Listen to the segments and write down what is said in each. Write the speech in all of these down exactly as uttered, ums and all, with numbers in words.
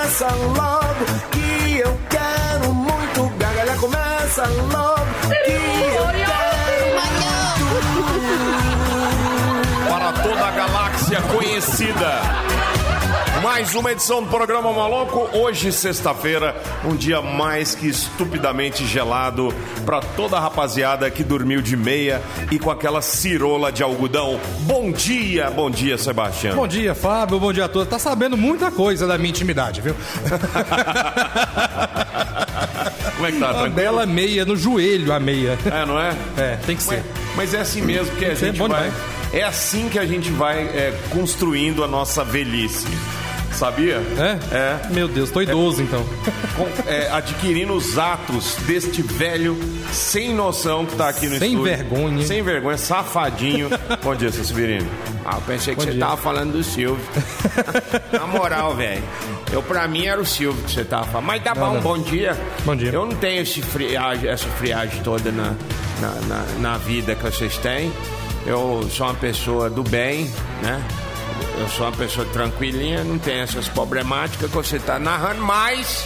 começa logo, que eu quero muito. Gargalhar começa logo, que eu quero muito. Para toda a galáxia conhecida, mais uma edição do programa Maluco. Hoje, sexta-feira, um dia mais que estupidamente gelado para toda a rapaziada que dormiu de meia e com aquela cirola de algodão. Bom dia, bom dia, Sebastião. Bom dia, Fábio, bom dia a todos. Tá sabendo muita coisa da minha intimidade, viu? Como é que tá? Uma bela meia no joelho, a meia. É, não é? É, tem que ser. Mas, mas é assim mesmo que a Tem gente bom vai... demais. É assim que a gente vai é, construindo a nossa velhice. Sabia? É? É. Meu Deus, tô idoso, é, então. Com, é, adquirindo os atos deste velho sem noção que tá aqui no sem estúdio. Sem vergonha. Sem vergonha, safadinho. Bom dia, seu Severino. Ah, eu pensei que Bom você dia. tava falando do Silvio. Na moral, velho. Eu, pra mim, era o Silvio que você tava falando. Mas tá bom, não. bom dia. Bom dia. Eu não tenho esse friagem, essa friagem toda na, na, na, na vida que vocês têm. Eu sou uma pessoa do bem, né? Eu sou uma pessoa tranquilinha, não tem essas problemáticas que você tá narrando, mas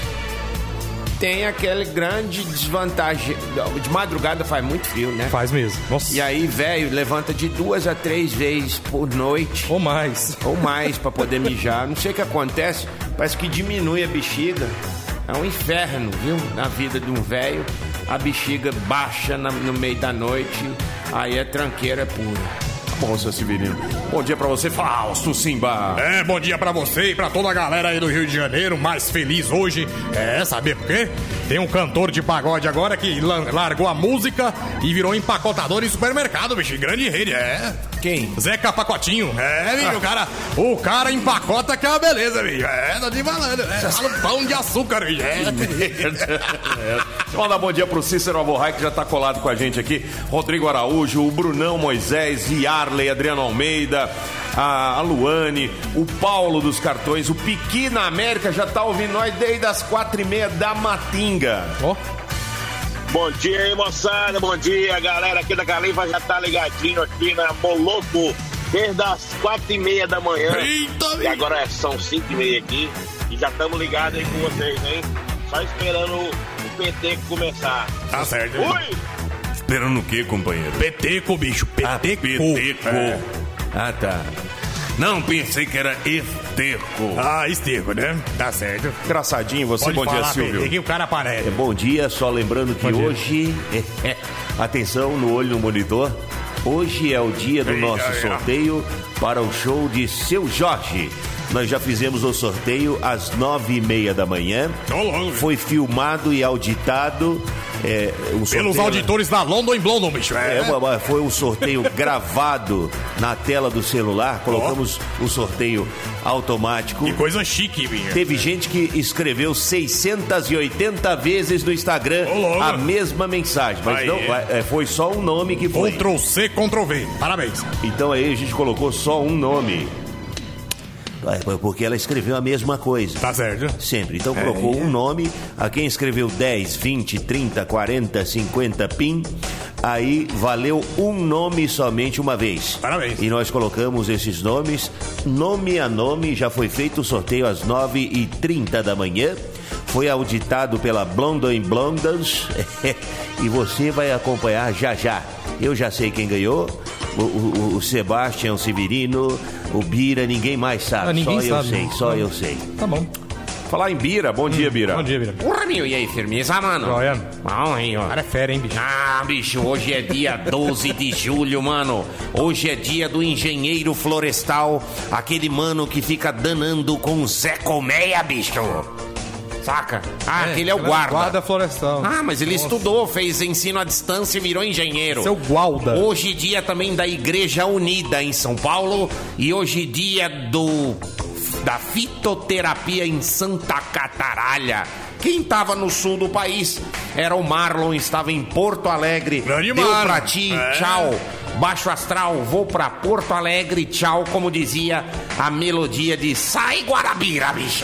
tem aquele grande desvantagem. De madrugada faz muito frio, né? Faz mesmo. Nossa. E aí, velho, levanta de duas a três vezes por noite. Ou mais. Ou mais pra poder mijar. Não sei o que acontece, parece que diminui a bexiga. É um inferno, viu? Na vida de um velho. A bexiga baixa na, no meio da noite. Aí é tranqueira pura. Bom, seu Severino. Bom dia pra você, Fausto Simba. É, bom dia pra você e pra toda a galera aí do Rio de Janeiro, mais feliz hoje. É, saber por quê? Tem um cantor de pagode agora que largou a música e virou empacotador em supermercado, bicho, grande rede, é. Quem? Zeca Pacotinho. É, bicho, ah. o cara, o cara empacota que é uma beleza, bicho. É, tá te falando. É, fala pão de açúcar, bicho. É. Deixa eu mandar bom dia pro Cícero Alborrai, que já tá colado com a gente aqui. Rodrigo Araújo, o Brunão Moisés, Yarley, Adriano Almeida, a, a Luane, o Paulo dos Cartões, o Piqui na América já tá ouvindo nós desde as quatro e meia da Matinga. Ó. Oh. Bom dia aí, moçada, bom dia, galera aqui da Califa já tá ligadinho aqui na Moloco desde as quatro e meia da manhã. Eita, e agora são cinco e meia aqui e já estamos ligados aí com vocês, hein? Só esperando o P T começar. Tá certo. Ui! Esperando o quê, companheiro? Peteco, bicho, peteco. Ah, peteco. É. Ah, tá. Não, pensei que era esterco. Ah, esterco, né? Tá certo. Engraçadinho você. Pode bom falar, dia, Silvio. que o cara aparece. É, bom dia, só lembrando que hoje... É, é, atenção no olho no monitor. Hoje é o dia do Eita, nosso é. sorteio para o show de Seu Jorge. Nós já fizemos o sorteio às nove e meia da manhã. Tô Foi filmado e auditado. É, um Pelos sorteio... auditores da London Blondon, bicho. É, É, uma, foi um sorteio gravado na tela do celular. Colocamos o sorteio automático. Que coisa chique, bicho. Teve gente que escreveu seiscentas e oitenta vezes no Instagram Ô, a mesma mensagem. Mas aí, não, é. é, foi só um nome que foi. Ctrl C, Ctrl V. Parabéns. Então aí a gente colocou só um nome. Porque ela escreveu a mesma coisa. Tá certo. Sempre. Então colocou um nome. A quem escreveu dez, vinte, trinta, quarenta, cinquenta pin, aí valeu um nome somente uma vez. Parabéns. E nós colocamos esses nomes, nome a nome. Já foi feito o sorteio às nove e trinta da manhã. Foi auditado pela Blondon Blondons. E você vai acompanhar já já. Eu já sei quem ganhou. O, o, o Sebastião Severino, o Bira, ninguém mais sabe. Ah, ninguém só sabe, eu sei, não. só eu sei. Tá bom. Falar em Bira, bom dia, Bira. Bom dia, Bira. Porra, meu, e aí, firmeza, mano? Joia. Bom, hein, ó. Cara é fera, hein, bicho? Ah, bicho, hoje é dia doze de julho, mano. Hoje é dia do engenheiro florestal, aquele mano que fica danando com o Zé Colmeia, bicho. Saca? Ah, É, aquele é o ela é guarda. guarda florestal. Ah, mas ele Nossa. estudou, fez ensino à distância e virou engenheiro. Seu guarda. Hoje dia também da Igreja Unida em São Paulo e hoje dia do da fitoterapia em Santa Cataralha. Quem tava no sul do país era o Marlon, estava em Porto Alegre. Grande Deu Marlon. pra ti, É. tchau. Baixo astral, vou pra Porto Alegre, tchau, como dizia a melodia de Sai Guarabira, bicho.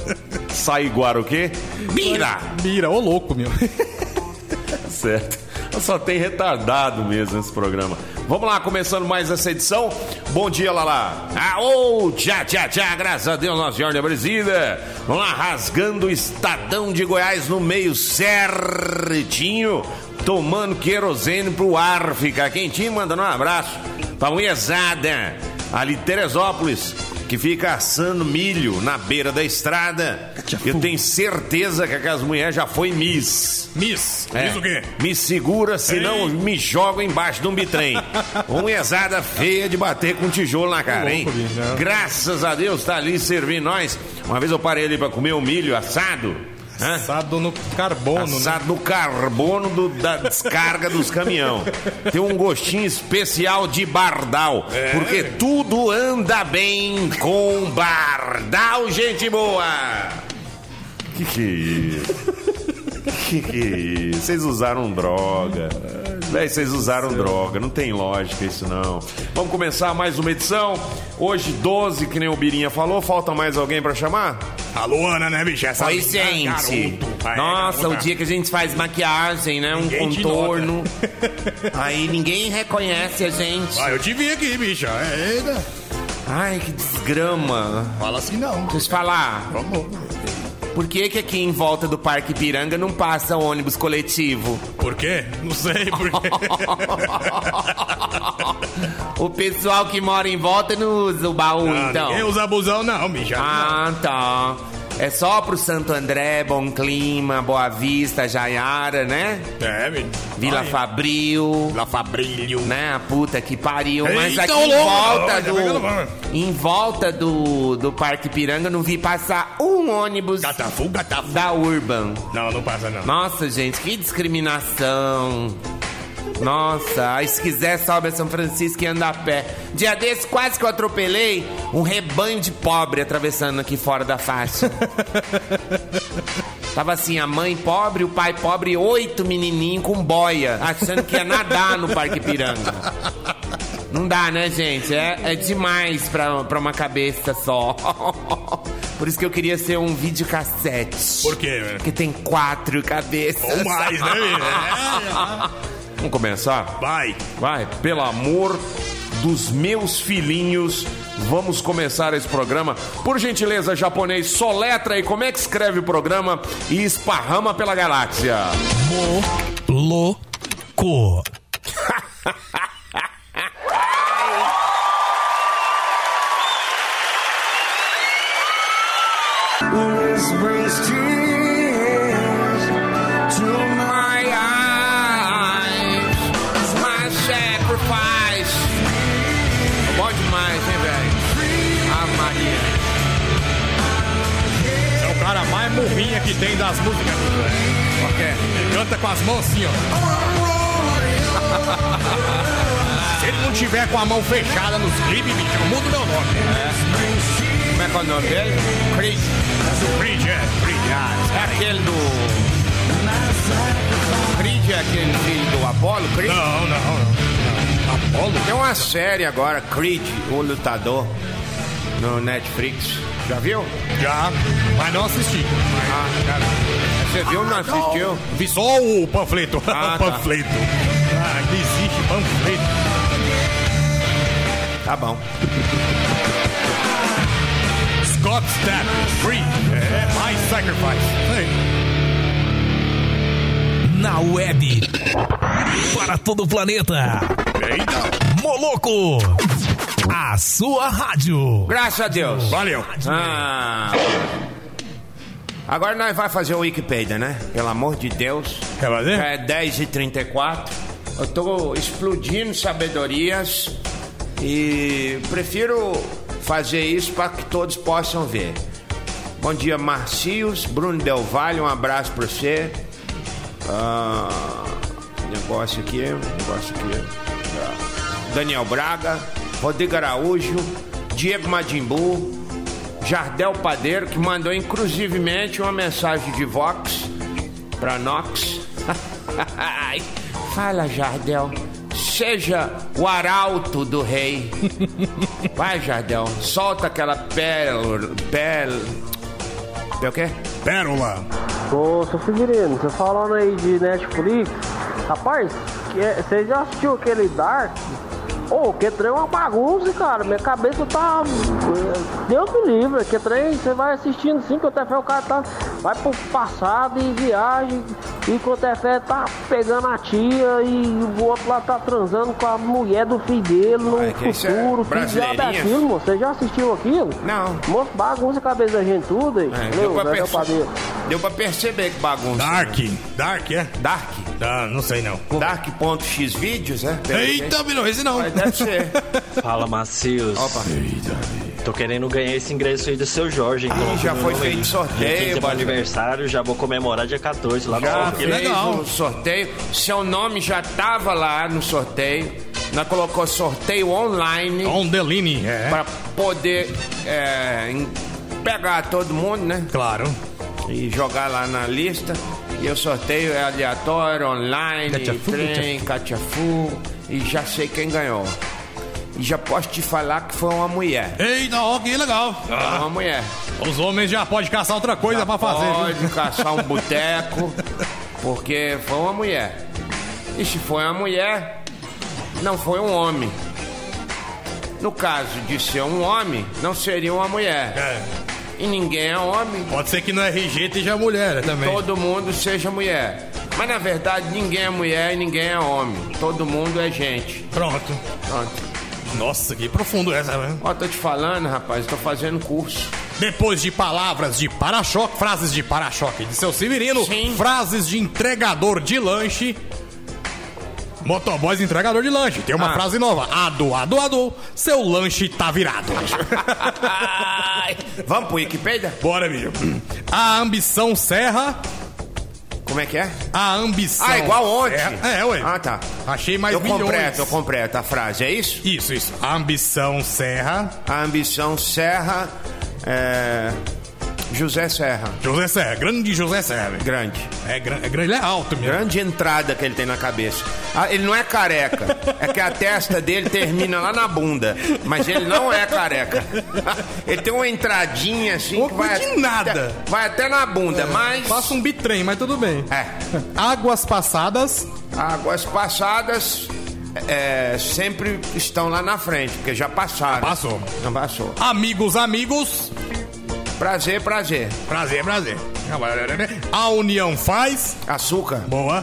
Sai Guara o quê? Bira. Bira, ô louco, meu. Certo. Só tem retardado mesmo nesse programa. Vamos lá, começando mais essa edição. Bom dia, Lala. Aô, tchá, tchá, tchá, graças a Deus, Nossa Senhora Aparecida. Vamos lá, rasgando o Estadão de Goiás no meio certinho, tomando querosene pro ar ficar quentinho, mandando um abraço pra mulherzada ali de Teresópolis, que fica assando milho na beira da estrada. Eu tenho certeza que aquelas mulheres já foi Miss. Miss? É. Miss o quê? Me segura, senão Ei. me jogo embaixo de um bitrem. Uma mulherzada feia de bater com tijolo na cara, hein? Louco, bicho. Graças a Deus tá ali servindo nós. Uma vez eu parei ali pra comer o milho assado. Hã? Assado no carbono, Assado no carbono do- da descarga dos caminhão. Tem um gostinho especial de Bardal. É. Porque tudo anda bem com Bardal, gente boa. Que que é isso? Que que é isso? Vocês usaram droga. Véi, vocês usaram droga. Não tem lógica isso, não. Vamos começar mais uma edição. Hoje, doze, que nem o Birinha falou. Falta mais alguém pra chamar? A Luana, né, bicho? Essa Oi, menina, gente. garoto. Aí, Nossa, garota. o dia que a gente faz maquiagem, né? Um Ninguém te contorno. Aí ninguém reconhece a gente. Ah, eu te vi aqui, bicha. Eita. Ai, que desgrama. Fala assim não. Deixa eu te falar. Vamos. Por que que aqui em volta do Parque Ipiranga não passa ônibus coletivo? Por quê? Não sei por quê. O pessoal que mora em volta não usa o baú, Ah, então. ninguém usa abusão, não, bicha. Ah, tá. É só pro Santo André, Bom Clima, Boa Vista, Jaiara, né? É, bicho. Vila Aí. Fabril. Vila Fabrílio. Né, a puta que pariu. Mas Eita, aqui ô em louco! volta Olha, pegando do. mano. Em volta do, do Parque Ipiranga, não vi passar um ônibus Catafu, catafu. da Urban. Não, não passa, não. Nossa, gente, que discriminação. Nossa, aí se quiser sobe a São Francisco e anda a pé. Dia desse quase que eu atropelei um rebanho de pobre atravessando aqui fora da faixa. Tava assim, a mãe pobre, o pai pobre e oito menininhos com boia, achando que ia nadar no Parque Ipiranga. Não dá, né, gente? É, é demais pra, pra uma cabeça só. Por isso que eu queria ser um videocassete. Por quê, velho? Porque tem quatro cabeças. Ou mais, né, bicho? É, Vamos começar? vai. Vai, pelo amor dos meus filhinhos, vamos começar esse programa. Por gentileza, japonês, soletra aí como é que escreve o programa e esparrama pela galáxia. Louco. This brings tears to my eyes, my sacrifice. Bom demais, hein, velho? Ah, Maria. É o cara mais morrinha que tem das músicas. velho. Ok. Ele canta com as mãos assim, ó. Se ele não tiver com a mão fechada nos clipes, bicho, eu mudo meu nome. Como é que é o nome dele? Creed. Do Creed, é. Creed. É aquele do... Creed é aquele filho do Apollo? Creed? Não, não, não. Apolo? Tem uma série agora, Creed, o lutador, no Netflix. Já viu? Já, mas não assisti. Ah, cara. Você viu ou não assistiu? Vi só o panfleto. Ah, o tá. panfleto. Ah, que existe panfleto. Tá bom. Scott Stapp, Free. É, mais Sacrifice. Ei. Na web. Para todo o planeta. Eita. Moloco. A sua rádio. Graças a Deus. Valeu. Ah. Agora nós vamos fazer o Wikipedia, né? Pelo amor de Deus. Quer fazer? Já é dez e trinta e quatro. Eu tô explodindo sabedorias e prefiro fazer isso para que todos possam ver. Bom dia, Marcios, Bruno Del Valle, um abraço para você. Ah, negócio aqui, negócio aqui. Ah, Daniel Braga, Rodrigo Araújo, Diego Madimbu, Jardel Padeiro, que mandou inclusivemente uma mensagem de Vox para Nox. Fala, Jardel. Seja o arauto do rei. Vai, Jardel. Solta aquela pérola. Pel... Pel quê? Pérola. Ô, seu Figueiredo, você falando aí de Netflix, Rapaz, você já assistiu aquele Dark? Ô, oh, que trem é uma bagunça, cara. Minha cabeça tá... Deus me livre. Que trem, você vai assistindo assim, quando é fé o cara tá... Vai pro passado e viagem. E quando é fé tá pegando a tia e o outro lá tá transando com a mulher do filho dele no Ai, que futuro. É que diabo é aquilo, moço? Você já assistiu aquilo? Não. Moço, bagunça a cabeça da gente tudo aí. É, Meu, deu, pra Zé perce... deu pra perceber que bagunça. Dark. Né? Dark, é? Dark? Ah, não sei não. Dark.xvideos, é? Eita, não, esse não. Mas deve ser. Fala, Macios. Opa. Tô querendo ganhar esse ingresso aí do seu Jorge. Ah, já foi feito sorteio. Meu aniversário, já vou comemorar dia quatorze lá no já sorteio. Fez legal. O sorteio. Seu nome já tava lá no sorteio. Nós colocou sorteio online. On the line, é. Pra poder é, pegar todo mundo, né? Claro. E jogar lá na lista. E o sorteio é aleatório, online, Catiafu, trem, Catiafu. E já sei quem ganhou. E já posso te falar que foi uma mulher. Eita, ó, que legal. Ah, uma mulher. Os homens já podem caçar outra coisa já pra fazer. Pode viu? Caçar um boteco, porque foi uma mulher. E se foi uma mulher, não foi um homem. No caso de ser um homem, não seria uma mulher. É. E ninguém é homem. Pode ser que no R G seja mulher também. Todo mundo seja mulher. Mas na verdade ninguém é mulher e ninguém é homem. Todo mundo é gente. Pronto. Pronto. Nossa, que profundo essa, né? Ó, tô te falando, rapaz, tô fazendo curso. Depois de palavras de para-choque, frases de para-choque de seu Severino, Sim. Frases de entregador de lanche. Motoboys entregador de lanche. Tem uma ah. frase nova. Ado, ado, ado, seu lanche tá virado. Vamos pro Wikipedia? Bora, bicho. A ambição serra. Como é que é? A ambição. Ah, igual ontem. É, é ué. Ah, tá. Achei mais eu milhões. Completo, eu completo a frase, é isso? Isso, isso. A ambição serra. A ambição serra. É... José Serra. José Serra, grande José Serra. Véio. Grande. É, gra é grande, ele é alto mesmo. Grande entrada que ele tem na cabeça. Ah, ele não é careca. É que a testa dele termina lá na bunda. Mas ele não é careca. Ele tem uma entradinha assim. Não que vai de nada. Até, vai até na bunda, é, mas. Passa um bitrem, mas tudo bem. É. Águas passadas. Águas passadas. É, sempre estão lá na frente, porque já passaram. Já passou. Já passou. Amigos, amigos. Prazer, prazer. Prazer, prazer. A união faz. Açúcar. Boa.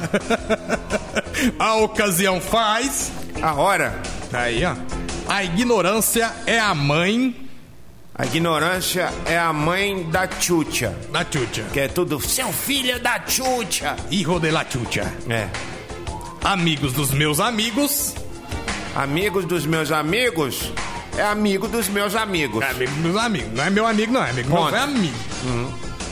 A ocasião faz. A hora. Aí, ó. A ignorância é a mãe. A ignorância é a mãe da chucha. Da chucha. Que é tudo. Seu filho da chucha. Hijo de la chucha. É. Amigos dos meus amigos. Amigos dos meus amigos. É amigo dos meus amigos. É amigo dos meus amigos. Não é meu amigo, não. É amigo meu, é amigo. Uhum.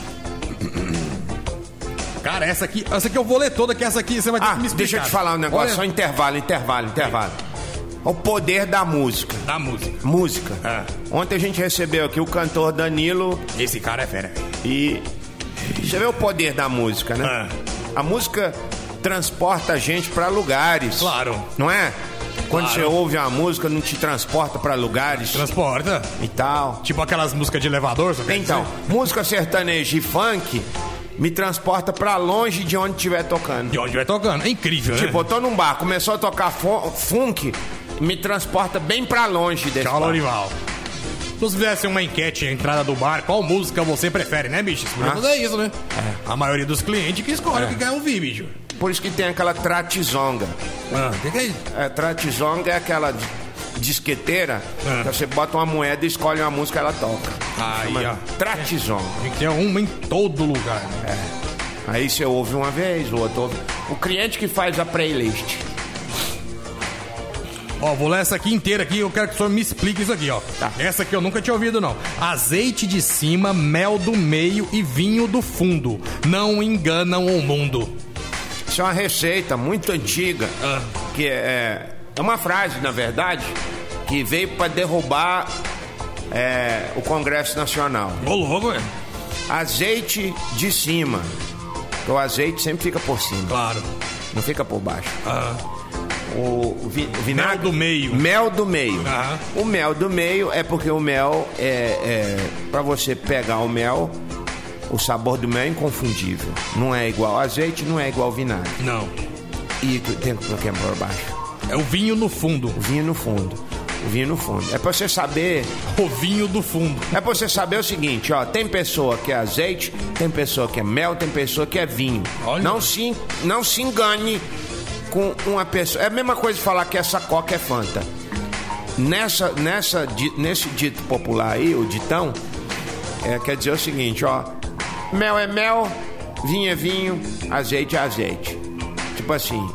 Cara, essa aqui, essa aqui eu vou ler toda, que essa aqui você vai ter ah, que me explicar. Deixa eu te falar um negócio, Olha. só intervalo, intervalo, intervalo. O poder da música. Da música. Música. É. Ontem a gente recebeu aqui o cantor Danilo. Esse cara é fera. E você vê o poder da música, né? É. A música transporta a gente pra lugares. Claro. Não é? Quando claro. você ouve uma música, não te transporta pra lugares? Transporta. E tal. Tipo aquelas músicas de elevador, só quer Então, dizer? música sertaneja e funk me transporta pra longe de onde estiver tocando. De onde estiver tocando. É incrível, tipo, né? Tipo, eu tô num bar, começou a tocar funk, me transporta bem pra longe desse Tchau, bar. Lorival. Se você fizesse uma enquete à entrada do bar, qual música você prefere, né, bicho? Você podia ah. fazer isso, né? É. A maioria dos clientes que escolhe o é. que quer ouvir, bicho. Por isso que tem aquela tratizonga. Ah, o que, que é isso? É, tratizonga é aquela disqueteira ah. que você bota uma moeda e escolhe uma música e ela toca. Aí, ó. Tratizonga. Tem que ter uma em todo lugar. Né? É. Aí você ouve uma vez, o outro ouve. O cliente que faz a playlist. Ó, vou ler essa aqui inteira aqui, eu quero que o senhor me explique isso aqui, ó. Tá. Essa aqui eu nunca tinha ouvido, não. Azeite de cima, mel do meio e vinho do fundo. Não enganam o mundo. Isso é uma receita muito antiga, ah. que é, é uma frase, na verdade, que veio para derrubar é, o Congresso Nacional. Ô, louco, velho. Azeite de cima. O azeite sempre fica por cima. Claro. Não fica por baixo. Ah. O, vi, o vinagre... Mel do meio. Mel do meio. Ah. O mel do meio é porque o mel é, é para você pegar o mel. O sabor do mel é inconfundível. Não é igual azeite, não é igual vinagre. Não. E tem que colocar por baixo. É o vinho no fundo. O vinho no fundo. O vinho no fundo. É pra você saber... O vinho do fundo. É pra você saber o seguinte, ó. Tem pessoa que é azeite, tem pessoa que é mel, tem pessoa que é vinho. Olha. Não se, não se engane com uma pessoa... É a mesma coisa de falar que essa Coca é Fanta. Nessa, nessa, nesse dito popular aí, o ditão, é, quer dizer o seguinte, ó. Mel é mel, vinho é vinho, azeite é azeite. Tipo assim...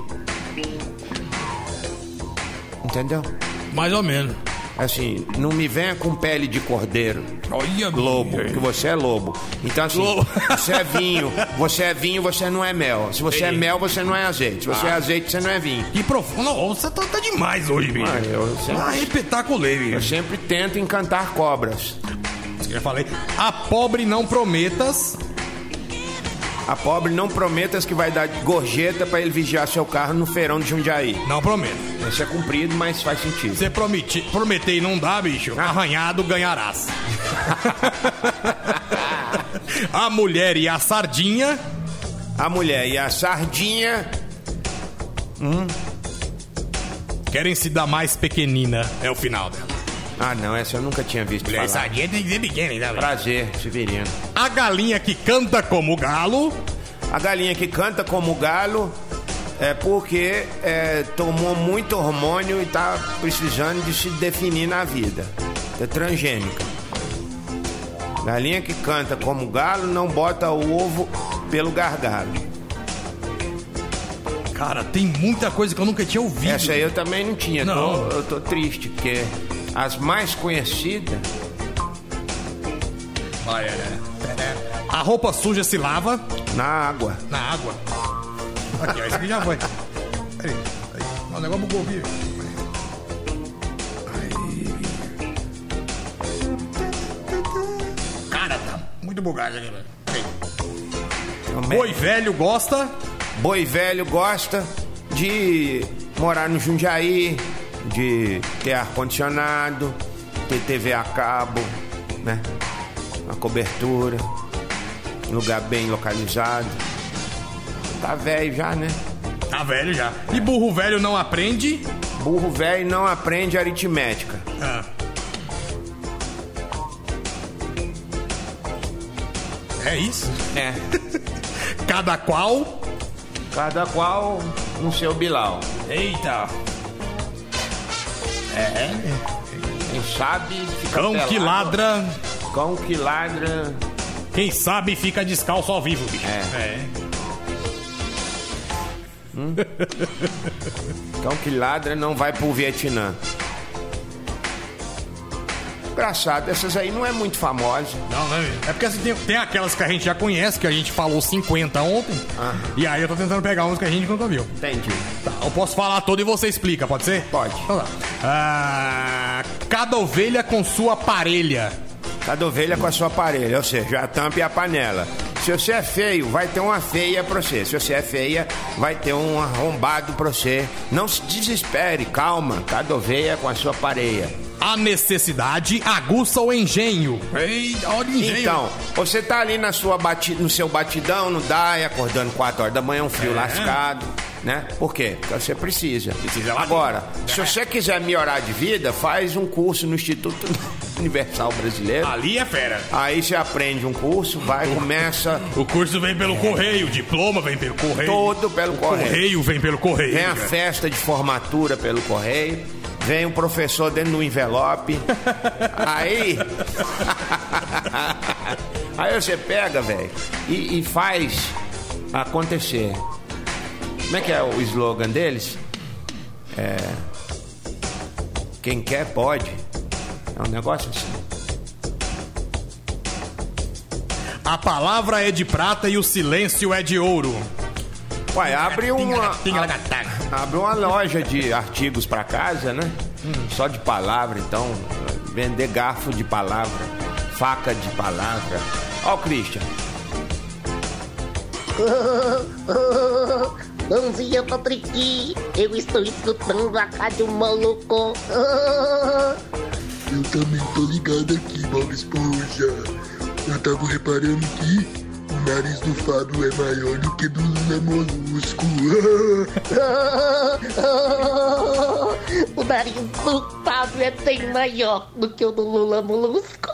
Entendeu? Mais ou menos. Assim, não me venha com pele de cordeiro. Olha, lobo, que você é lobo. Então assim, lobo. Você é vinho, você é vinho, você não é mel. Se você Ei. é mel, você não é azeite. Se você ah. é azeite, você não é vinho. Que profundo. Você tá, tá demais hoje, bicho. Ah, eu sempre, ah, espetacular, bicho. Eu sempre tento encantar cobras. Eu falei, a pobre não prometas... A pobre não prometas que vai dar gorjeta pra ele vigiar seu carro no feirão de Jundiaí. Não prometo. Esse é comprido, mas faz sentido. Você promete, prometer e não dá, bicho, ah. arranhado ganharás. A mulher e a sardinha. A mulher e a sardinha. Hum. Querem se dar mais pequenina. É o final dela. Ah, não, essa eu nunca tinha visto mulher falar. Sardinha tem que ser pequena, tá? Prazer, Severino. A galinha que canta como galo. A galinha que canta como galo é porque é, tomou muito hormônio e tá precisando de se definir na vida. É transgênica. Galinha que canta como galo não bota o ovo pelo gargalo. Cara, tem muita coisa que eu nunca tinha ouvido. Essa aí eu também não tinha. Não. Tô, eu tô triste, porque as mais conhecidas... Olha, né? A roupa suja se lava... Na água. Na água. Aqui, ó, esse aqui já foi. Aí, aí. O negócio bugou, viu? Cara, tá muito bugado aqui, velho. Boi velho gosta... Boi velho gosta de morar no Jundiaí, de ter ar-condicionado, ter T V a cabo, né? Uma cobertura, um lugar bem localizado. Tá velho já, né? Tá velho já. E burro velho não aprende? Burro velho não aprende aritmética. Ah. É isso? É. Cada qual... Cada qual no seu bilau. Eita! É. Quem sabe fica Cão pelado. que ladra. Cão que ladra. Quem sabe fica descalço ao vivo, bicho. É. é. Hum? Cão que ladra não vai pro Vietnã. Engraçado, essas aí não é muito famosa. Não, não é. É porque assim, tem, tem aquelas que a gente já conhece, que a gente falou cinquenta ontem. Ah. E aí eu tô tentando pegar uns que a gente nunca viu. Entendi. Tá, eu posso falar todo e você explica, pode ser? Pode. Então, tá. ah, cada ovelha com sua parelha. Cada ovelha com a sua parelha, ou seja, a tampa e a panela. Se você é feio, vai ter uma feia pra você. Se você é feia, vai ter um arrombado pra você. Não se desespere, calma. Cada ovelha com a sua parelha. A necessidade aguça o engenho. Ei, olha o engenho. Então, você tá ali na sua bati... no seu batidão, no D A I, acordando quatro horas da manhã, um frio é. lascado, né? Por quê? Porque você precisa. precisa Agora, é. se você quiser melhorar de vida, faz um curso no Instituto Universal Brasileiro. Ali é fera. Aí você aprende um curso, vai, começa... O curso vem pelo é. correio, o diploma vem pelo correio. Todo pelo o correio. O correio vem pelo correio. Vem a cara. festa de formatura pelo correio. Vem um professor dentro do envelope. Aí. Aí você pega, velho, e, e faz acontecer. Como é que é o slogan deles? É. Quem quer, pode. É um negócio assim. A palavra é de prata e o silêncio é de ouro. Uai, abre uma. Abre uma loja de artigos pra casa, né? Hum. Só de palavra, então. Vender garfo de palavra, faca de palavra. Ó o Christian. Bom dia, Patrick. Eu estou escutando a Rádio Maluco. Eu também tô ligado aqui, Bob Esponja. Eu tava reparando que o nariz do Fábio é maior do que do Lula Molusco. O nariz do Fábio é bem maior do que o do Lula Molusco.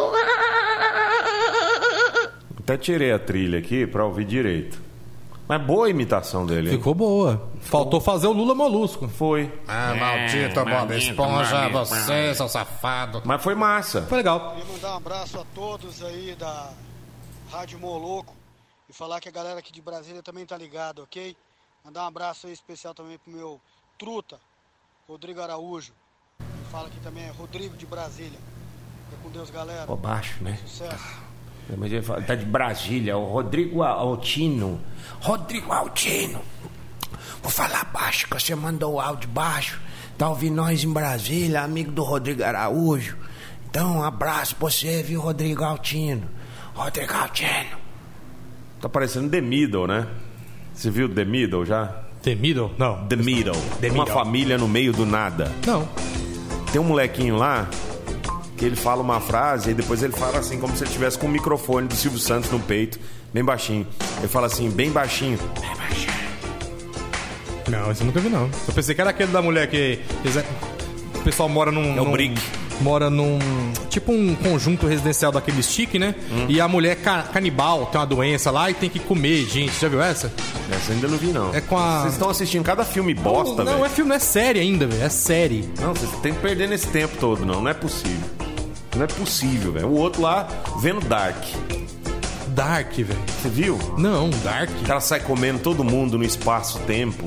Até tirei a trilha aqui pra ouvir direito. Mas boa a imitação dele, hein? Ficou boa. Faltou fazer o Lula Molusco. Foi. Ah, maldito é, Bob Esponja, maldito, você, maldito. Seu safado. Mas foi massa. Foi legal. Queria mandar um abraço a todos aí da Rádio Moloco e falar que a galera aqui de Brasília também tá ligada, ok? Mandar um abraço aí especial também pro meu truta, Rodrigo Araújo. Fala aqui também é Rodrigo de Brasília. Fica com Deus, galera. Pô, baixo, né? Sucesso. Mas ele fala, tá de Brasília, o Rodrigo Altino. Rodrigo Altino. Vou falar baixo, que você mandou o áudio baixo. Tá ouvindo nós em Brasília, amigo do Rodrigo Araújo. Então, um abraço pra você, viu, Rodrigo Altino. Rodrigo Altino. Tá parecendo The Middle, né? Você viu The Middle já? The Middle? Não. The Middle. The Uma Middle. família no meio do nada. Não. Tem um molequinho lá que ele fala uma frase e depois ele fala assim, como se ele estivesse com o microfone do Silvio Santos no peito, bem baixinho. Ele fala assim, bem baixinho. Bem baixinho. Não, esse eu nunca vi, não. Eu pensei que era aquele da mulher que... O pessoal mora num... É o num, Brick. Mora num... Tipo um conjunto residencial daquele stick, né? Hum. E a mulher é ca- canibal, tem uma doença lá e tem que comer gente. Já viu essa? Essa eu ainda não vi, não. É com a... Vocês estão assistindo cada filme bosta, velho. Não, não é filme, não é série ainda, velho. É série. Não, vocês tem que perder nesse tempo todo, não. Não é possível. Não é possível, velho. O outro lá, vendo Dark. Dark, velho. Você viu? Não, Dark. O cara sai comendo todo mundo no espaço-tempo.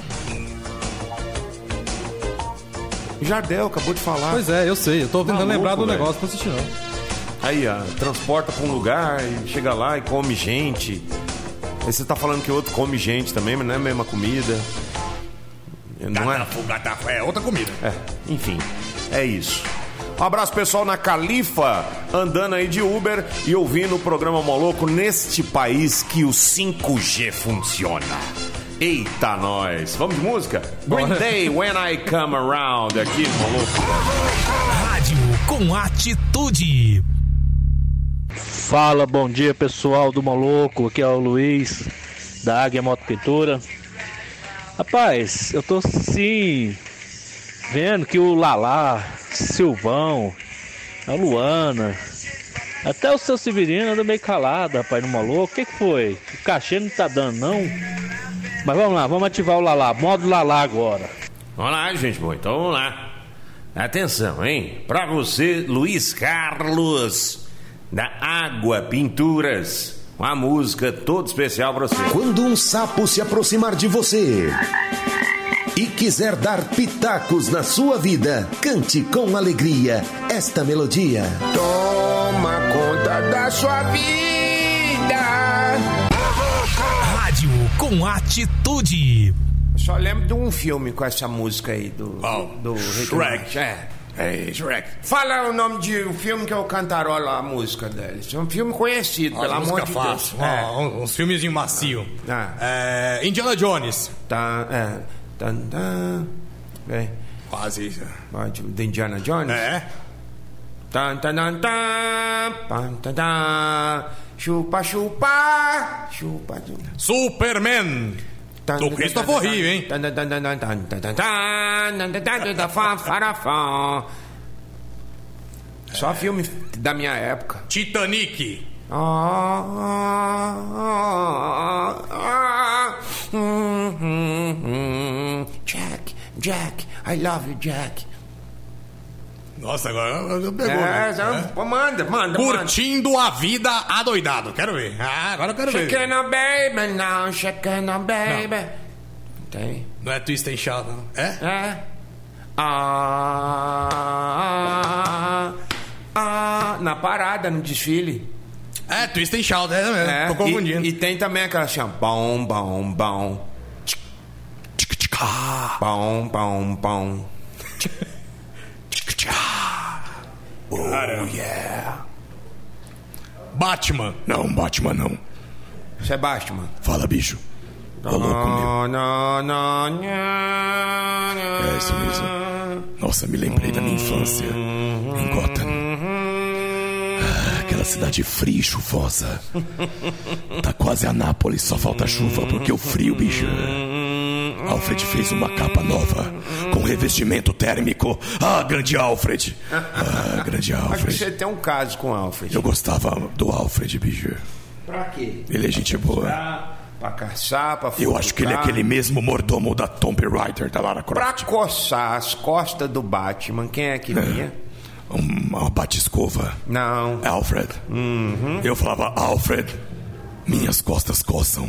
Jardel acabou de falar. Pois é, eu sei. Eu tô tentando Maluco, lembrar do véio. negócio pra assistir, não. Aí, ó, transporta pra um lugar e chega lá e come gente. Aí você tá falando que o outro come gente também, mas não é a mesma comida. Não é? Gatafu, é outra comida. É, enfim, é isso. Um abraço pessoal na Califa, andando aí de Uber e ouvindo o programa Moloco neste país que o cinco G funciona. Eita, nós! Vamos de música? Green Day, When I Come Around, aqui no Moloco. Rádio com atitude. Fala, bom dia pessoal do Moloco, aqui é o Luiz da Águia Moto Pintura. Rapaz, eu tô sim vendo que o Lalá, Silvão, a Luana, até o seu Severino anda meio calado, rapaz, no Moloco. O que que foi? O cachê não tá dando, não? Mas vamos lá, vamos ativar o Lalá, modo Lalá agora. Vamos lá, gente boa, então vamos lá. Atenção, hein? Pra você, Luiz Carlos, da Água Pinturas. Uma música toda especial pra você. Quando um sapo se aproximar de você e quiser dar pitacos na sua vida, cante com alegria esta melodia. Toma conta da sua vida. Rádio com atitude. Só lembro de um filme com essa música aí do, oh, do Shrek. É. É, Shrek. Fala o nome de um filme que eu cantarola a música deles. É um filme conhecido, pelo amor de Deus. É. Oh, uns filmezinhos macio. Ah. É, Indiana Jones. Tá, é. Tá, tá. É. Quase isso. De Indiana Jones? É. Tan, tan, tan, tan, tan, tan, tan. Chupa, chupa. Chupa, chupa. Superman. Do Christopher Reeve, hein? Só filme da minha época. Titanic. Jack, Jack, I love you, Jack. Nossa, agora pegou, é, né? já, é. Manda, manda, Curtindo manda. A vida adoidado. Quero ver. Ah, agora eu quero ver. Shaking a baby, now shaking a baby. Não. Tem. Não é Twist and Shout, não? É? É. Ah, ah, na parada, no desfile. É, Twist and Shout, é mesmo. É, tô confundindo. E, e tem também aquela chama. Bom, bom, bom. Bom, bom, bom. Oh, yeah. Batman. Não, Batman não. Você é Batman? Fala, bicho. Falou comigo. Não, não, não, é isso mesmo. Nossa, me lembrei da minha infância em Gotham. Ah, aquela cidade fria e chuvosa. Tá quase Anápolis, só falta chuva porque o frio, bicho. Alfred fez uma capa nova com revestimento térmico. Ah, grande Alfred. Ah, grande Acho que Alfred. você tem um caso com o Alfred. Eu gostava do Alfred, bicho. Pra quê? Ele é gente boa. Pra, pra caçar, pra Eu acho que ele é aquele mesmo mordomo da Tomb Raider da Lara Croft. Pra coçar as costas do Batman, quem é que vinha? Uma batiscova. Não. Alfred. Uhum. Eu falava, Alfred, minhas costas coçam.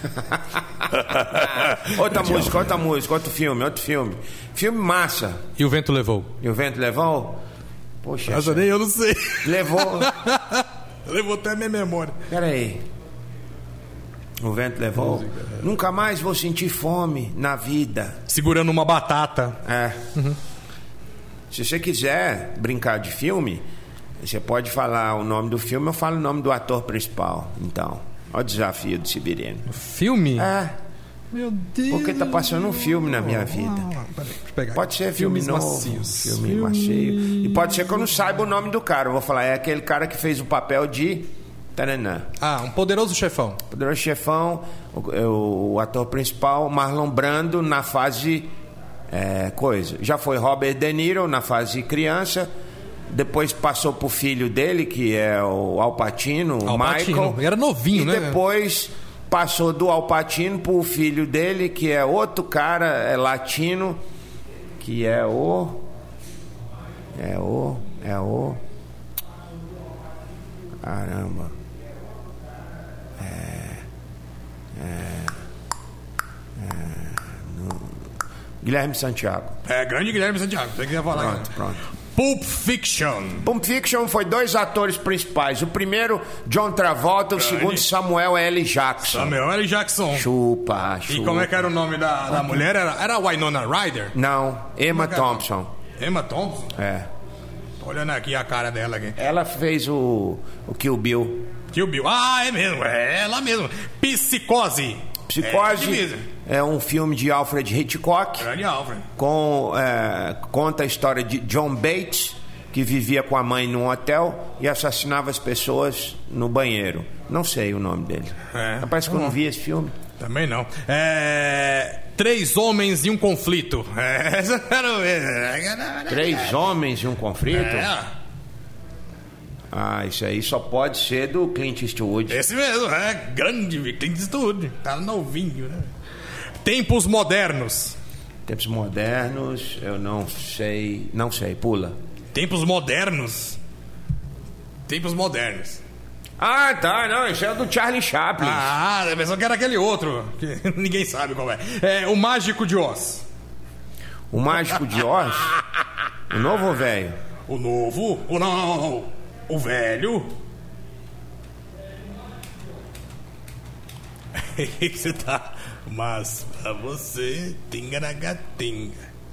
Outra música, outra música, outro filme, outro filme. Filme massa. E o vento levou? E o vento levou? Poxa. Essa nem eu não sei. Levou. Levou até a minha memória. Pera aí. O vento levou. Música. Nunca mais vou sentir fome na vida. Segurando uma batata. É. Uhum. Se você quiser brincar de filme, você pode falar o nome do filme, eu falo o nome do ator principal. Então, olha o desafio do Sibirino. Filme? É. Meu Deus. Porque tá passando um filme na minha vida. Ah, peraí, deixa eu pegar. Pode ser filme Filmes novo, macios. filme, filme macio. E pode ser que eu não saiba o nome do cara. Eu vou falar, é aquele cara que fez o papel de... Taranã. Ah, um poderoso chefão. Poderoso chefão, o, o, o ator principal, Marlon Brando, na fase... É, coisa. Já foi Robert De Niro na fase criança. Depois passou pro filho dele, que é o Al Pacino, o Al Pacino. Michael. Ele era novinho, e né? Depois passou do Al Pacino pro filho dele, que é outro cara, é latino, que é o... É o... É o... Caramba. É... É... É... No... Guilherme Santiago. É, grande Guilherme Santiago. Você quiser falar. Pronto, pronto. Pulp Fiction. Pulp Fiction foi dois atores principais. O primeiro, John Travolta. O segundo, Samuel L. Jackson. Samuel L. Jackson. Chupa, chupa. E como é que era o nome da, da mulher? Era, era a Winona Ryder? Não, Emma Thompson. Emma Thompson? É. Tô olhando aqui a cara dela aqui. Ela fez o, o Kill Bill. Kill Bill. Ah, é mesmo. É ela mesmo. Psicose. Psicose é, é um filme de Alfred Hitchcock. Grande Alfred. Com, é, conta a história de John Bates, que vivia com a mãe num hotel e assassinava as pessoas no banheiro. Não sei o nome dele. É. Parece que eu não vi esse filme. Também não. É... Três homens e um conflito. É... Três homens e um conflito? É. Ah, isso aí só pode ser do Clint Eastwood. Esse mesmo, é grande Clint Eastwood. Tá novinho, né? Tempos modernos. Tempos modernos, eu não sei. Não sei, pula. Tempos modernos. Tempos modernos. Ah, tá, não, isso é do Charlie Chaplin. Ah, eu pensava que era aquele outro, que ninguém sabe qual é. É o Mágico de Oz. O Mágico de Oz? O novo ou velho? O novo? O não, não, não. O velho. Você tá. Mas pra você, tingaragatinga.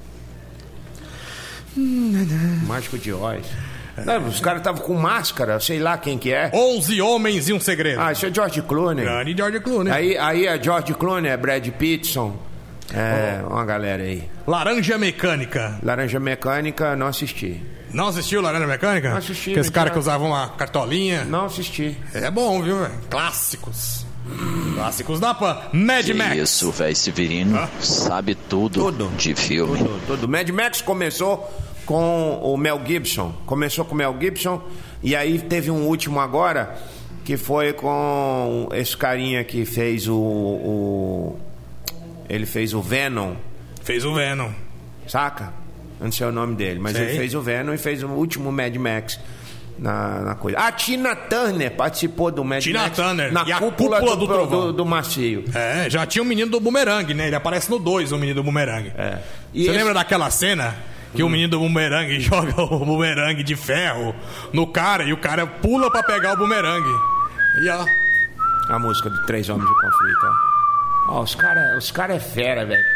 Mágico de Oz. Não, os caras estavam com máscara, sei lá quem que é. Onze homens e um segredo. Ah, isso é George Clooney. Grande George Clooney. Aí, aí é George Clooney, é Brad Pittson. É, oh. Uma galera aí. Laranja Mecânica. Laranja Mecânica, não assisti. Não assistiu Laranja Mecânica? Não assisti. Que esse cara que usava uma cartolinha. Não assisti. É bom, viu, velho? Clássicos. Clássicos da Pan. Mad que Max. Isso, velho, Severino ah. sabe tudo, tudo de filme. Tudo, tudo. Mad Max começou com o Mel Gibson. Começou com o Mel Gibson. E aí teve um último agora, que foi com esse carinha que fez o... o ele fez o Venom. Fez o Venom. Saca? Eu não sei o nome dele, mas sei. Ele fez o Venom e fez o último Mad Max na, na coisa. A Tina Turner participou do Mad Tina Max. Tina Turner. Na e a cúpula, cúpula do, do, do, do, do Macio. É, já tinha o menino do bumerangue, né? Ele aparece no dois, o menino do bumerangue. É. E Você esse... lembra daquela cena que hum. o menino do bumerangue joga o bumerangue de ferro no cara e o cara pula pra pegar o bumerangue? E ó. A música do Três Homens de Conflito, ó. Ó, os caras os cara é fera, velho.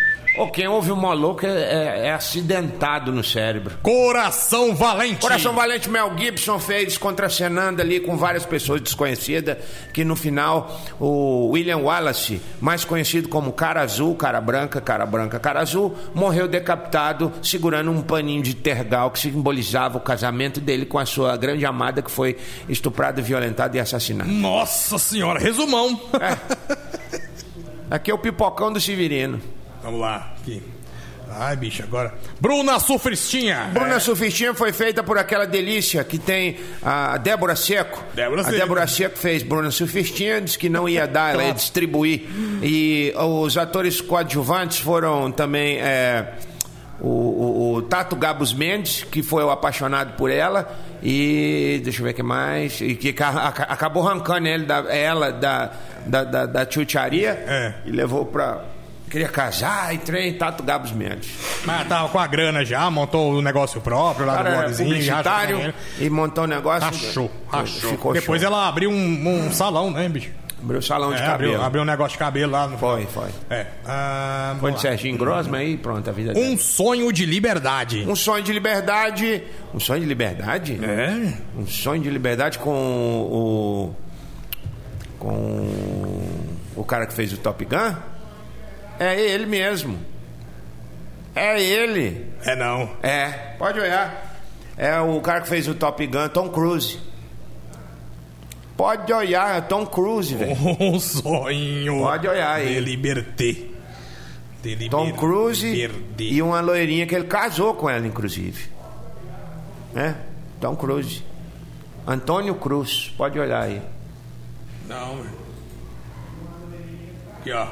Ou quem ouve o Moloco é, é, é acidentado no cérebro. Coração Valente. Coração Valente, Mel Gibson fez contracenando ali com várias pessoas desconhecidas, que no final o William Wallace, mais conhecido como Cara Azul, Cara Branca, Cara Branca, Cara Azul, morreu decapitado segurando um paninho de tergal que simbolizava o casamento dele com a sua grande amada, que foi estuprada, violentada e assassinada. Nossa senhora, resumão. É. Aqui é o pipocão do Severino. Vamos lá, aqui. Ai, bicho, agora. Bruna Surfistinha. Bruna é. Surfistinha foi feita por aquela delícia que tem a Débora Seco. Débora a Seco. Débora Seco fez Bruna Surfistinha, disse que não ia dar, ela ia distribuir. E os atores coadjuvantes foram também é, o, o, o Tato Gabus Mendes, que foi o apaixonado por ela. E deixa eu ver o que mais. E que acabou arrancando ele da, ela da, da, da, da chucharia é. E levou pra. Queria casar e trem, Tato Gabus Mendes. Mas tava com a grana já, montou o negócio próprio lá cara, do modezinho. Publicitário e montou o negócio. Achou, achou. Ficou Depois show. Ela abriu um, um salão, né, bicho? Abriu um salão de é, cabelo. Abriu, abriu um negócio de cabelo lá. No... Foi, foi. É. Ah, foi de Serginho Grossman aí, pronto, a vida dele. Um sonho de liberdade. Um sonho de liberdade. Um sonho de liberdade? É. Um sonho de liberdade com o... Com o cara que fez o Top Gun? É ele mesmo. É ele. É não. É, pode olhar. É o cara que fez o Top Gun, Tom Cruise. Pode olhar, é Tom Cruise, velho. Um sonho. Pode olhar aí. De liberté. De liber... Tom Cruise liberdade. E uma loirinha que ele casou com ela, inclusive. É? Tom Cruise. Antônio Cruz. Pode olhar aí. Não, velho. Aqui, ó.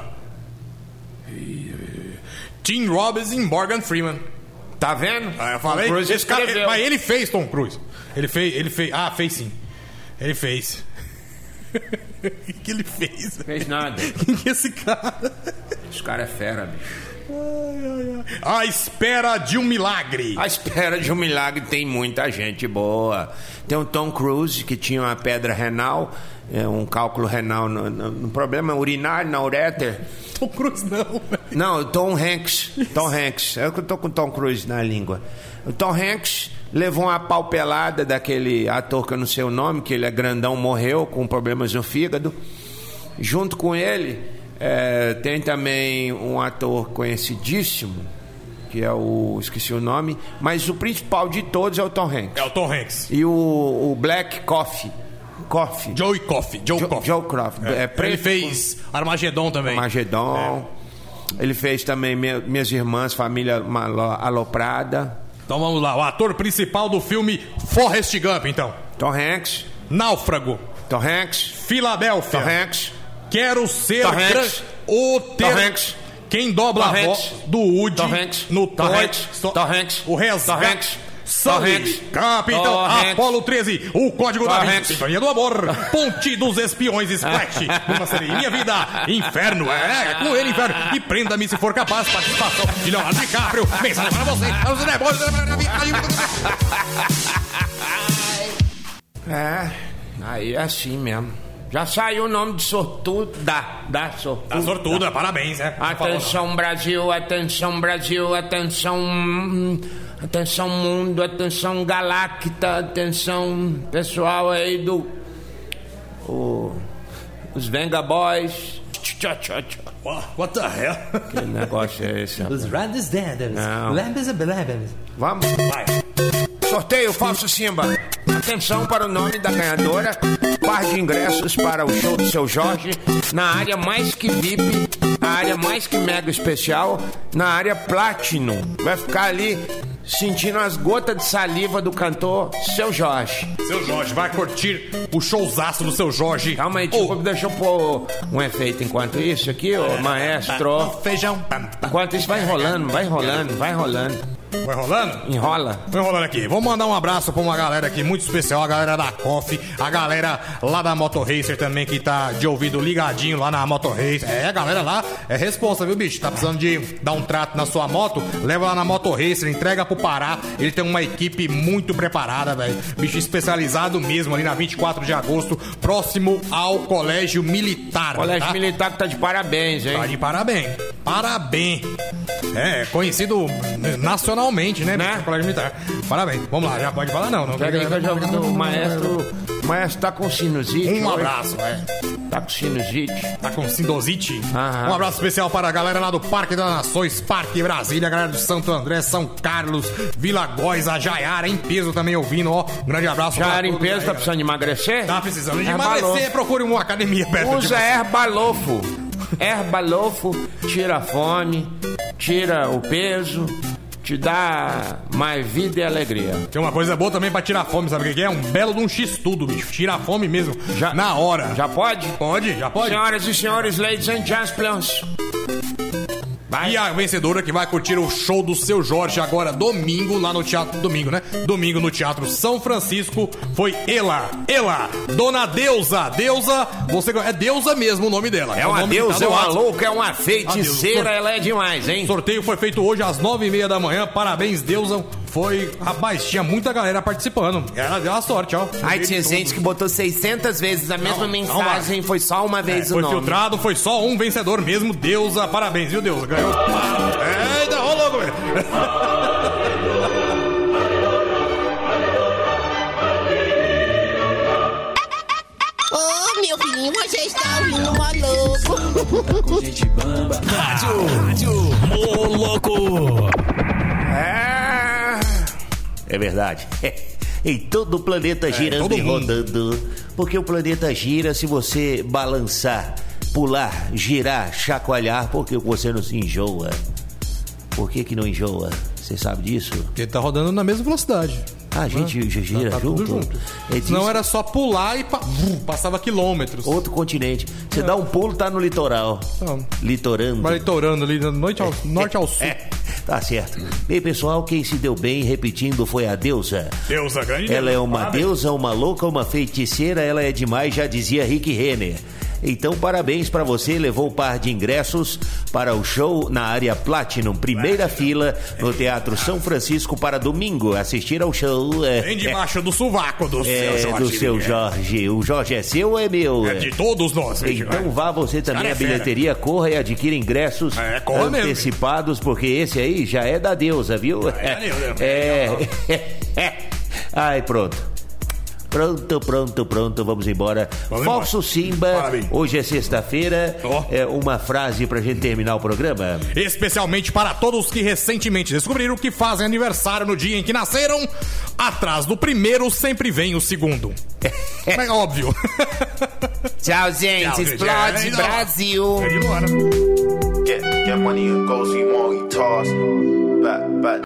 Tim Robbins e Morgan Freeman. Tá vendo? Ah, eu falei. Esse cara, mas ele fez Tom Cruise. Ele fez, ele fez. Ah, fez sim. Ele fez. O que, que ele fez? Fez nada. Quem que é esse cara? Esse cara é fera, bicho. Ai, ai, ai. A espera de um milagre. A espera de um milagre tem muita gente boa. Tem o Tom Cruise, que tinha uma pedra renal, é, um cálculo renal no, no, no problema urinário, na ureter. Tom Cruise não, velho. Não, Tom Hanks. Tom Hanks. É que eu tô com Tom Cruise na língua. O Tom Hanks levou uma pau pelada daquele ator que eu não sei o nome, que ele é grandão, morreu com problemas no fígado. Junto com ele, é, tem também um ator conhecidíssimo, que é o... esqueci o nome, mas o principal de todos é o Tom Hanks. É o Tom Hanks. E o, o Black Coffee. Coffee. Joey Coffee. Joe Joe, Coffee. Joe Coffee. É. É, ele fez com... Armagedon também. Armagedon. É. Ele fez também minha, Minhas Irmãs, Família Aloprada. Então vamos lá, o ator principal do filme Forrest Gump, então. Tom Hanks. Náufrago. Tom Hanks. Filadélfia. Tom Hanks. Quero ser Tom Hanks. o ter... Tom Hanks. Quem dobra Tom a voz do Woody Tom Hanks. no Tom Toy Hanks. Tom Hanks. O resgate. Tom Hanks. Sully, Capitão Apolo treze, o código Tom da vida, Hanks. Sintonia do Amor, Ponte dos Espiões, Splash, uma série Minha Vida, Inferno, é, com ele, Inferno, e Prenda-me se for capaz, participação de Leonardo DiCaprio, mensagem para você, é, aí é assim mesmo. Já saiu o nome de sortuda, da sortuda. Da sortuda, parabéns, né? Atenção Brasil, atenção Brasil, atenção... Atenção mundo, atenção Galacta, atenção pessoal aí do... O, os Venga Boys. What the hell? Que negócio é esse? Os Randes Deaders. Vamos. Vai. Sorteio Falso Simba. Atenção para o nome da ganhadora. Par de ingressos para o show do Seu Jorge na área mais que V I P, a área mais que mega especial, na área Platinum. Vai ficar ali sentindo as gotas de saliva do cantor Seu Jorge. Seu Jorge vai curtir o showzaço do Seu Jorge. Calma aí, tipo, oh. deixa eu pôr um efeito enquanto isso aqui, ô oh, maestro. Feijão. Enquanto isso, vai rolando, vai rolando, vai rolando. Vai rolando? Enrola. Vai rolando aqui. Vou mandar um abraço pra uma galera aqui muito especial, a galera da Coffee, a galera lá da Moto Racer também, que tá de ouvido ligadinho lá na Moto Racer. É, a galera lá é responsa, viu, bicho? Tá precisando de dar um trato na sua moto? Leva lá na Moto Racer, entrega pro Pará. Ele tem uma equipe muito preparada, velho. Bicho especializado mesmo, ali na vinte e quatro de agosto, próximo ao Colégio Militar. Colégio tá? Militar que tá de parabéns, hein? Tá de parabéns. Parabéns. É, conhecido nacionalmente, né? né? Colégio Militar. Parabéns. Vamos lá, já pode falar não. não Peraí que eu já ouvi o maestro. O maestro tá com sinusite. Um hoje. abraço, é. Tá com sinusite. Tá com sindosite. Aham. Um abraço especial para a galera lá do Parque das Nações, Parque Brasília, a galera do Santo André, São Carlos, Vila Góis, a Jaiara em peso também ouvindo, ó. Um grande abraço. Jaiara em peso, tá precisando de emagrecer? Tá precisando de Herbalofo. emagrecer, procure uma academia perto Usa de você. Herbalofo. Herbalofo tira a fome, tira o peso, te dá mais vida e alegria. Tem uma coisa boa também pra tirar a fome, sabe o que é? Um belo de um x-tudo, bicho. Tira a fome mesmo, já, na hora. Já pode? Pode, já pode. Senhoras e senhores, ladies and gentlemen. Vai. E a vencedora que vai curtir o show do Seu Jorge agora domingo lá no Teatro... Domingo, né? Domingo no Teatro São Francisco foi ela. Ela, Dona Deusa. Deusa, você... É Deusa mesmo o nome dela. É uma deusa, é uma louca, é uma feiticeira, ela é demais, hein? O sorteio foi feito hoje às nove e meia da manhã. Parabéns, Deusa. Foi... Rapaz, tinha muita galera participando. Ela deu a sorte, ó. Ai, tinha gente que botou seiscentas vezes a mesma não, mensagem, não, foi só uma vez é, o foi nome. Foi filtrado, foi só um vencedor mesmo. Deusa, parabéns, viu, Deusa? Ganhou. Eita, rolou, velho. Ô, meu filhinho, você está ouvindo maluco. Com gente bamba. Rádio, rádio, Moloco. É, é verdade. Em todo o planeta girando é, e rodando. Porque o planeta gira se você balançar, pular, girar, chacoalhar, porque você não se enjoa. Por que que não enjoa? Você sabe disso? Porque tá rodando na mesma velocidade. Ah, a gente ah, gira tá, tá junto? junto. Não era só pular e pa... passava quilômetros. Outro continente. Você é. dá um pulo, tá no litoral. Então, litorando. Vai litorando ali, do norte ao, norte ao sul. É, tá certo. Bem, pessoal, quem se deu bem, repetindo, foi a Deusa. Deusa grande. Ela é uma parabéns. deusa, uma louca, uma feiticeira, ela é demais, já dizia Rick Renner. Então, parabéns pra você, levou um par de ingressos para o show na área Platinum, primeira fila, no Teatro São Francisco para domingo, assistir ao show. É, bem debaixo é, do sovaco do é, seu Jorge. do seu Jorge. O Jorge é seu ou é meu? É de todos nós. Então vá você também à bilheteria, corra e adquira ingressos é, antecipados, mesmo. Porque esse aí já é da Deusa, viu? É, é, é, é. Ai, pronto. Pronto, pronto, pronto, vamos embora. Vamos Falso embora. Simba, Parabéns. Hoje é sexta-feira. Oh. É uma frase pra gente terminar o programa. Especialmente para todos que recentemente descobriram que fazem aniversário no dia em que nasceram. Atrás do primeiro sempre vem o segundo. É óbvio. Tchau, gente. Tchau, explode, gente. Brasil. Get, get money and go so you want you toss. Back, back.